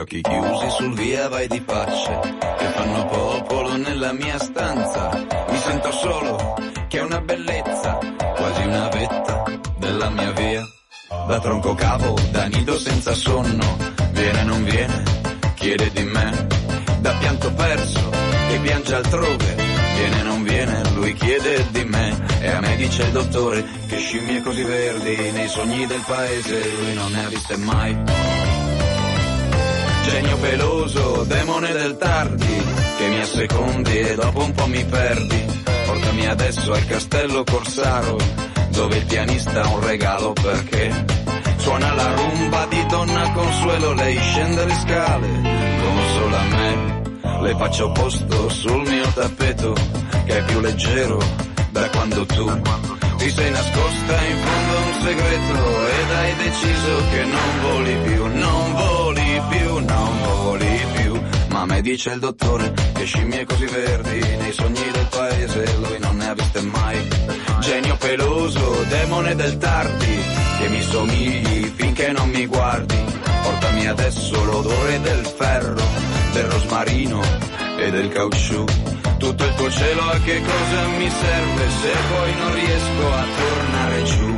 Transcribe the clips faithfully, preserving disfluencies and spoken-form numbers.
occhi chiusi sul via vai di facce che fanno popolo nella mia stanza. Mi sento solo, che è una bellezza, quasi una vetta della mia via. Da tronco capo, da nido senza sonno, viene non viene, chiede di me. Da pianto perso, che piange altrove, viene non viene, lui chiede di me. E a me dice il dottore che scimmie così verdi nei sogni del paese lui non ne ha viste mai. Genio peloso, demone del tardi, che mi assecondi e dopo un po' mi perdi. Portami adesso al castello Corsaro, dove il pianista ha un regalo perché suona la rumba di Donna Consuelo. Lei scende le scale come solo a me, le faccio posto sul mio tappeto che è più leggero da quando tu ti sei nascosta in fondo a un segreto ed hai deciso che non voli più, non voli più, non voli più. Ma a me dice il dottore che scimmie così verdi nei sogni del paese lui non ne ha viste mai. Genio peloso, demone del tardi, che mi somigli finché non mi guardi. Portami adesso l'odore del ferro, del rosmarino e del caucciù. Tutto il tuo cielo a che cosa mi serve se poi non riesco a tornare giù.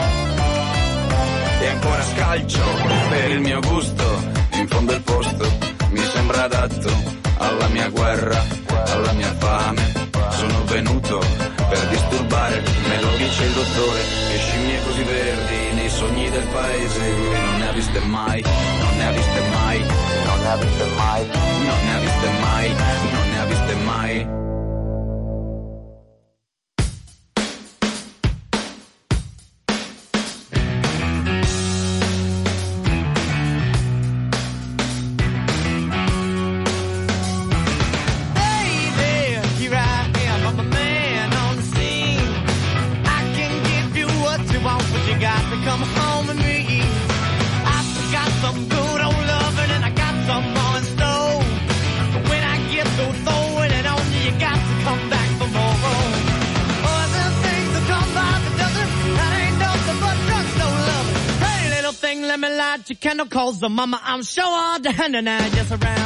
E ancora scalcio per il mio gusto, in fondo il posto mi sembra adatto alla mia guerra, alla mia fame. Sono venuto per disturbare, me lo dice il dottore, che scimmie così verdi nei sogni del paese lui non ne ha viste mai, non ne ha viste mai, non ne ha viste mai, non ne ha viste mai, non ne ha viste mai. You cannot call the mama, I'm sure all the hand and I just around.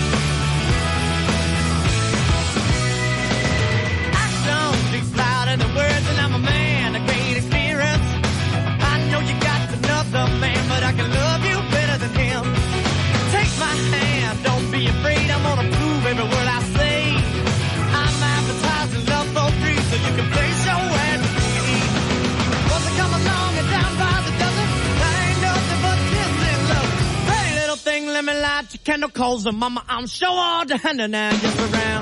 Action speaks louder than words and I'm a man, a great experience. I know you got another man, but I can love you better than him. Take my hand, don't be afraid, I'm gonna prove every word I say. I'm advertising love for free, so you can place your ad free. Once I come along and down by the dozen, that ain't nothing but thing, let me light your candle, calls her mama, I'm sure all the hand and I just around.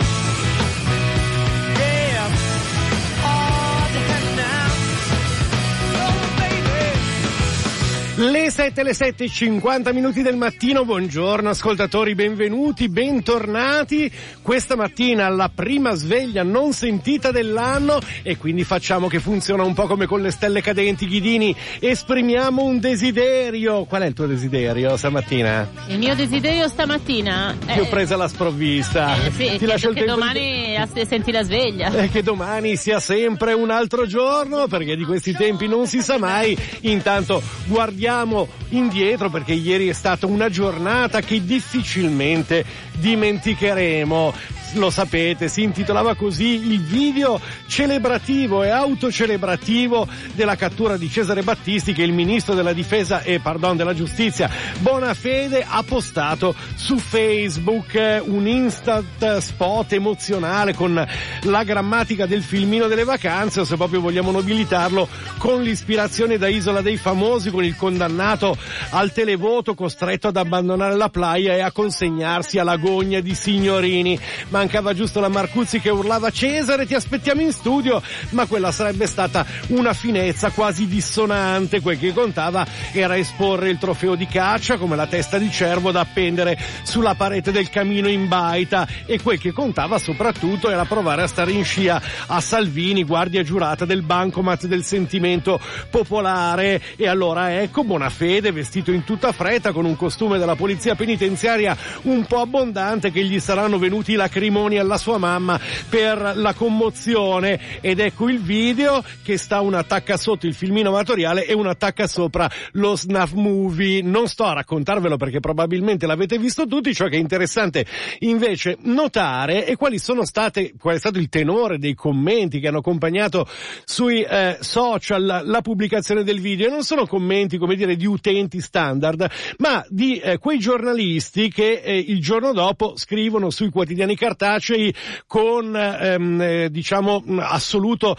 Yeah, all the hand now. Oh baby. Le sette, le sette e cinquanta minuti del mattino, buongiorno ascoltatori, benvenuti, bentornati. Questa mattina la prima sveglia non sentita dell'anno e quindi facciamo che funziona un po' come con le stelle cadenti. Ghidini, esprimiamo un desiderio. Qual è il tuo desiderio stamattina? Il mio desiderio stamattina Ti eh, ho presa la sprovvista. Eh, sì, Ti lascio il che tempo domani di... senti la sveglia. E che domani sia sempre un altro giorno, perché di questi tempi non si sa mai. Intanto guardiamo indietro, perché ieri è stata una giornata che difficilmente dimenticheremo. Lo sapete, si intitolava così il video celebrativo e autocelebrativo della cattura di Cesare Battisti, che il ministro della difesa e pardon della giustizia Bonafede ha postato su Facebook, un instant spot emozionale con la grammatica del filmino delle vacanze, o se proprio vogliamo nobilitarlo, con l'ispirazione da Isola dei Famosi, con il condannato al televoto costretto ad abbandonare la playa e a consegnarsi alla gogna di signorini. Mancava giusto la Marcuzzi che urlava Cesare ti aspettiamo in studio, ma quella sarebbe stata una finezza quasi dissonante. Quel che contava era esporre il trofeo di caccia come la testa di cervo da appendere sulla parete del camino in baita, e quel che contava soprattutto era provare a stare in scia a Salvini, guardia giurata del bancomat del sentimento popolare. E allora ecco Bonafede vestito in tutta fretta con un costume della polizia penitenziaria un po' abbondante, che gli saranno venuti i lacrimoni testimonial la sua mamma per la commozione, ed ecco il video che sta una attacca sotto il filmino amatoriale e una attacca sopra lo snuff movie. Non sto a raccontarvelo perché probabilmente l'avete visto tutti. Ciò che è interessante invece notare è quali sono state, qual è stato il tenore dei commenti che hanno accompagnato sui eh, social la pubblicazione del video. E non sono commenti, come dire, di utenti standard, ma di eh, quei giornalisti che eh, il giorno dopo scrivono sui quotidiani cartacei con ehm, eh, diciamo assoluto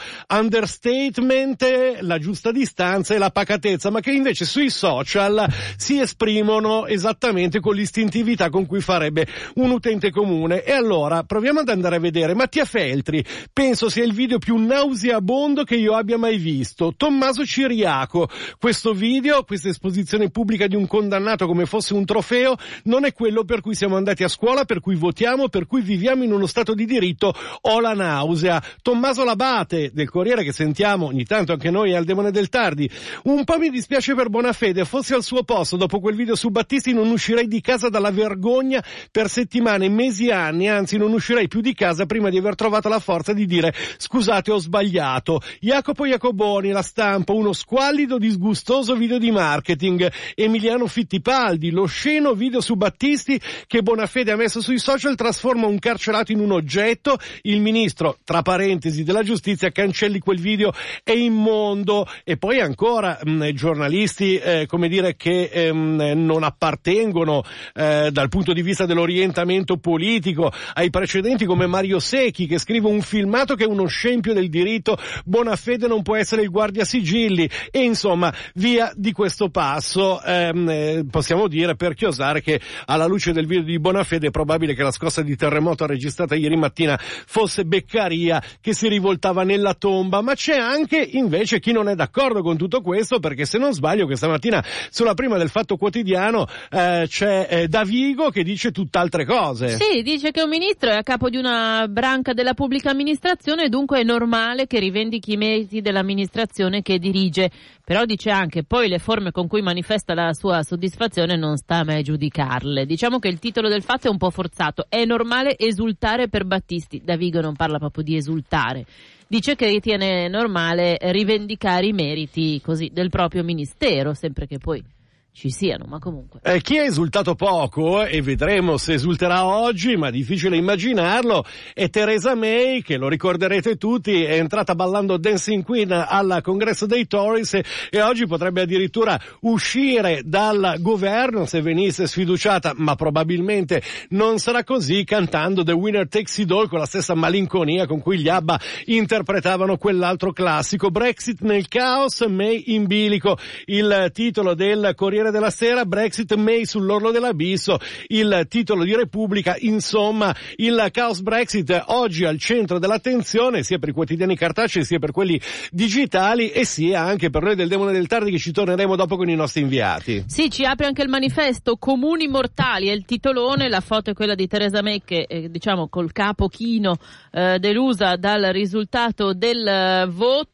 understatement, la giusta distanza e la pacatezza, ma che invece sui social si esprimono esattamente con l'istintività con cui farebbe un utente comune. E allora proviamo ad andare a vedere. Mattia Feltri penso sia il video più nauseabondo che io abbia mai visto. Tommaso Ciriaco, questo video, questa esposizione pubblica di un condannato come fosse un trofeo, non è quello per cui siamo andati a scuola, per cui votiamo, per cui viviamo in uno stato di diritto. Ho la nausea. Tommaso Labate del Corriere, che sentiamo ogni tanto anche noi al Demone del Tardi: un po' mi dispiace per Bonafede, fossi al suo posto dopo quel video su Battisti non uscirei di casa dalla vergogna per settimane, mesi e anni, anzi non uscirei più di casa prima di aver trovato la forza di dire scusate, ho sbagliato. Jacopo Jacoboni, La Stampa: uno squallido, disgustoso video di marketing. Emiliano Fittipaldi: lo sceno video su Battisti che Bonafede ha messo sui social trasforma un carcerato in un oggetto. Il ministro, tra parentesi, della giustizia, cancelli quel video, è immondo. E poi ancora mh, giornalisti eh, come dire che ehm, non appartengono eh, dal punto di vista dell'orientamento politico ai precedenti, come Mario Secchi, che scrive un filmato che è uno scempio del diritto, Bonafede non può essere il guardiasigilli. E insomma via di questo passo. ehm, eh, possiamo dire per chiosare che alla luce del video di Bonafede è probabile che la scossa di terremoto registrata ieri mattina fosse Beccaria che si rivoltava nella tomba. Ma c'è anche invece chi non è d'accordo con tutto questo, perché se non sbaglio questa mattina sulla prima del Fatto Quotidiano eh, c'è eh, Davigo che dice tutt'altre cose. Sì, dice che un ministro è a capo di una branca della pubblica amministrazione e dunque è normale che rivendichi i meriti dell'amministrazione che dirige. Però dice anche poi le forme con cui manifesta la sua soddisfazione non sta a me giudicarle. Diciamo che il titolo del fatto è un po' forzato. È normale esultare per Battisti. Davigo non parla proprio di esultare. Dice che ritiene normale rivendicare i meriti così del proprio ministero, sempre che poi ci siano, ma comunque. Eh, chi ha esultato poco, e vedremo se esulterà oggi, ma difficile immaginarlo, è Theresa May, che lo ricorderete tutti, è entrata ballando Dancing Queen al congresso dei Tories e, e oggi potrebbe addirittura uscire dal governo se venisse sfiduciata, ma probabilmente non sarà così, cantando The Winner Takes It All con la stessa malinconia con cui gli ABBA interpretavano quell'altro classico. Brexit nel caos, May in bilico, il titolo del Corriere della Sera. Brexit, May sull'orlo dell'abisso, il titolo di Repubblica. Insomma, il caos Brexit oggi al centro dell'attenzione sia per i quotidiani cartacei sia per quelli digitali e sia anche per noi del Demone del Tardi, che ci torneremo dopo con i nostri inviati. Sì, ci apre anche il manifesto Comuni Mortali, è il titolone, la foto è quella di Theresa May che eh, diciamo col capo chino, eh, delusa dal risultato del eh,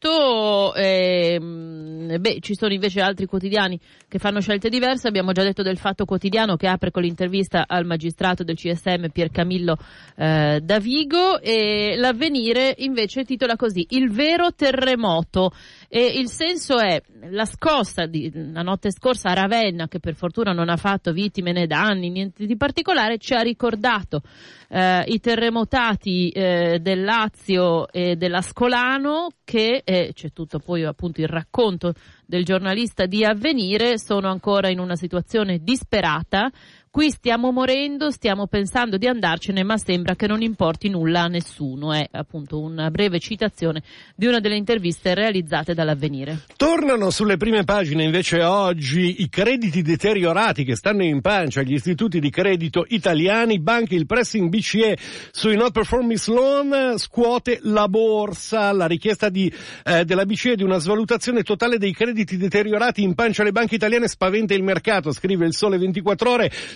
voto. eh, beh, ci sono invece altri quotidiani che fanno scelte diverse. Abbiamo già detto del Fatto Quotidiano che apre con l'intervista al magistrato del C S M Pier Camillo eh, Davigo, e l'Avvenire invece titola così: il vero terremoto. E il senso è la scossa di la notte scorsa a Ravenna, che per fortuna non ha fatto vittime né danni, niente di particolare, ci ha ricordato eh, i terremotati eh, del Lazio e dell'Ascolano, che eh, c'è tutto poi appunto il racconto del giornalista di Avvenire, sono ancora in una situazione disperata. Qui stiamo morendo, stiamo pensando di andarcene, ma sembra che non importi nulla a nessuno. È appunto una breve citazione di una delle interviste realizzate dall'Avvenire. Tornano sulle prime pagine invece oggi i crediti deteriorati che stanno in pancia agli istituti di credito italiani. Banche, il pressing B C E sui not performing loan scuote la borsa. La richiesta di, eh, della B C E di una svalutazione totale dei crediti deteriorati in pancia alle banche italiane spaventa il mercato, scrive il Sole ventiquattro Ore.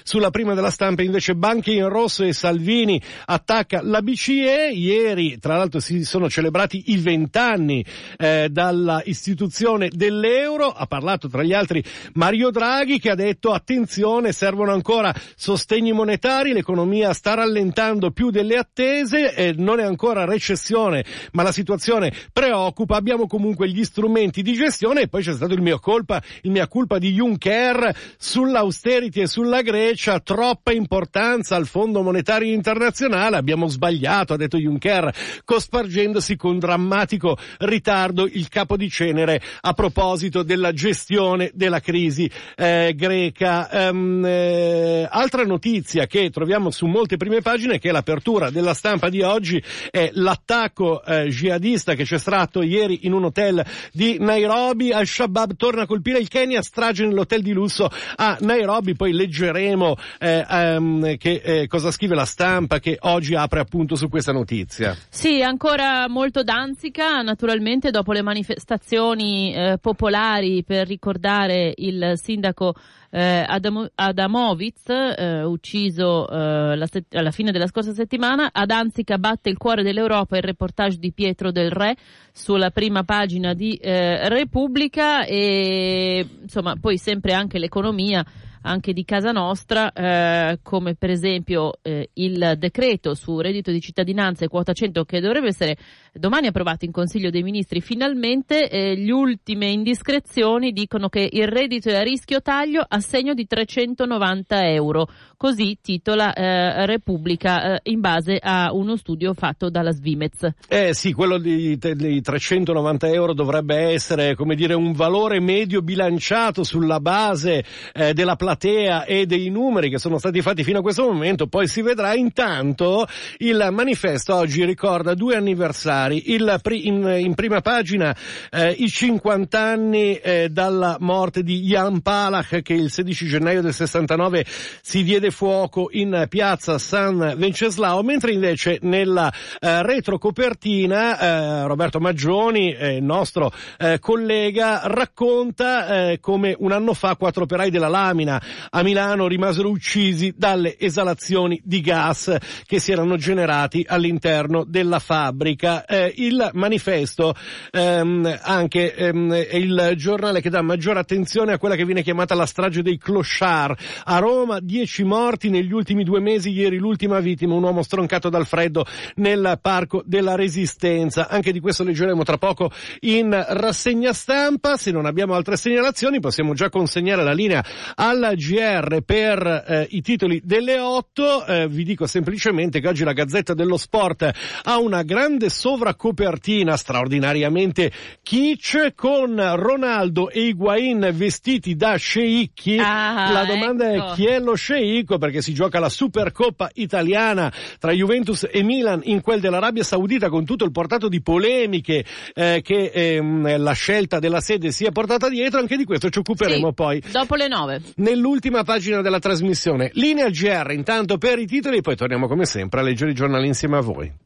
Sulla prima della stampa invece banche in rosso e Salvini attacca la B C E. Ieri tra l'altro si sono celebrati i vent'anni eh, dalla istituzione dell'euro. Ha parlato tra gli altri Mario Draghi, che ha detto attenzione, servono ancora sostegni monetari, l'economia sta rallentando più delle attese, eh, non è ancora recessione ma la situazione preoccupa, abbiamo comunque gli strumenti di gestione. E poi c'è stato il mio colpa, il mia colpa di Juncker sull'austerity e sulla Grecia, troppa importanza al Fondo Monetario Internazionale, abbiamo sbagliato, ha detto Juncker, cospargendosi con drammatico ritardo il capo di cenere a proposito della gestione della crisi eh, greca. Um, eh, altra notizia che troviamo su molte prime pagine, che è l'apertura della stampa di oggi, è l'attacco eh, jihadista che c'è stato ieri in un hotel di Nairobi. Al-Shabaab torna a colpire il Kenya, strage nell'hotel di lusso a Nairobi. Poi leggeremo eh, um, che eh, cosa scrive la stampa, che oggi apre appunto su questa notizia. Sì, ancora molto Danzica, naturalmente, dopo le manifestazioni eh, popolari per ricordare il sindaco eh, Adam- Adamovic, eh, ucciso eh, la set- alla fine della scorsa settimana. A Danzica batte il cuore dell'Europa, il reportage di Pietro Del Re sulla prima pagina di eh, Repubblica. E insomma poi sempre anche l'economia anche di casa nostra, eh, come per esempio eh, il decreto su reddito di cittadinanza e quota cento, che dovrebbe essere domani approvato in Consiglio dei Ministri finalmente. Eh, le ultime indiscrezioni dicono che il reddito è a rischio taglio, assegno di trecentonovanta euro, così titola eh, Repubblica eh, in base a uno studio fatto dalla Svimez. Eh sì, quello di, di trecentonovanta euro dovrebbe essere, come dire, un valore medio bilanciato sulla base eh, della platea e dei numeri che sono stati fatti fino a questo momento, poi si vedrà. Intanto il manifesto oggi ricorda due anniversari, il pri- in, in prima pagina eh, i cinquanta anni eh, dalla morte di Jan Palach, che il sedici gennaio del sessantanove si diede fuoco in piazza San Venceslao, mentre invece nella eh, retrocopertina eh, Roberto Maggioni, eh, il nostro eh, collega, racconta eh, come un anno fa quattro operai della lamina a Milano rimasero uccisi dalle esalazioni di gas che si erano generati all'interno della fabbrica. Eh, il manifesto ehm, anche ehm, è il giornale che dà maggiore attenzione a quella che viene chiamata la strage dei clochard. A Roma dieci morti negli ultimi due mesi, ieri l'ultima vittima, un uomo stroncato dal freddo nel Parco della Resistenza. Anche di questo leggeremo tra poco in rassegna stampa. Se non abbiamo altre segnalazioni possiamo già consegnare la linea alla G R per eh, i titoli delle otto. Eh, vi dico semplicemente che oggi la Gazzetta dello Sport ha una grande sovracopertina straordinariamente kitsch con Ronaldo e Higuain vestiti da sceicchi. Ah, la domanda ecco. è chi è lo sceicco, perché si gioca la Supercoppa italiana tra Juventus e Milan in quel dell'Arabia Saudita, con tutto il portato di polemiche eh, che ehm, la scelta della sede sia portata dietro. Anche di questo ci occuperemo sì, poi dopo le nove. Nell'ultima pagina della trasmissione. Linea G R intanto per i titoli, e poi torniamo come sempre a leggere i giornali insieme a voi.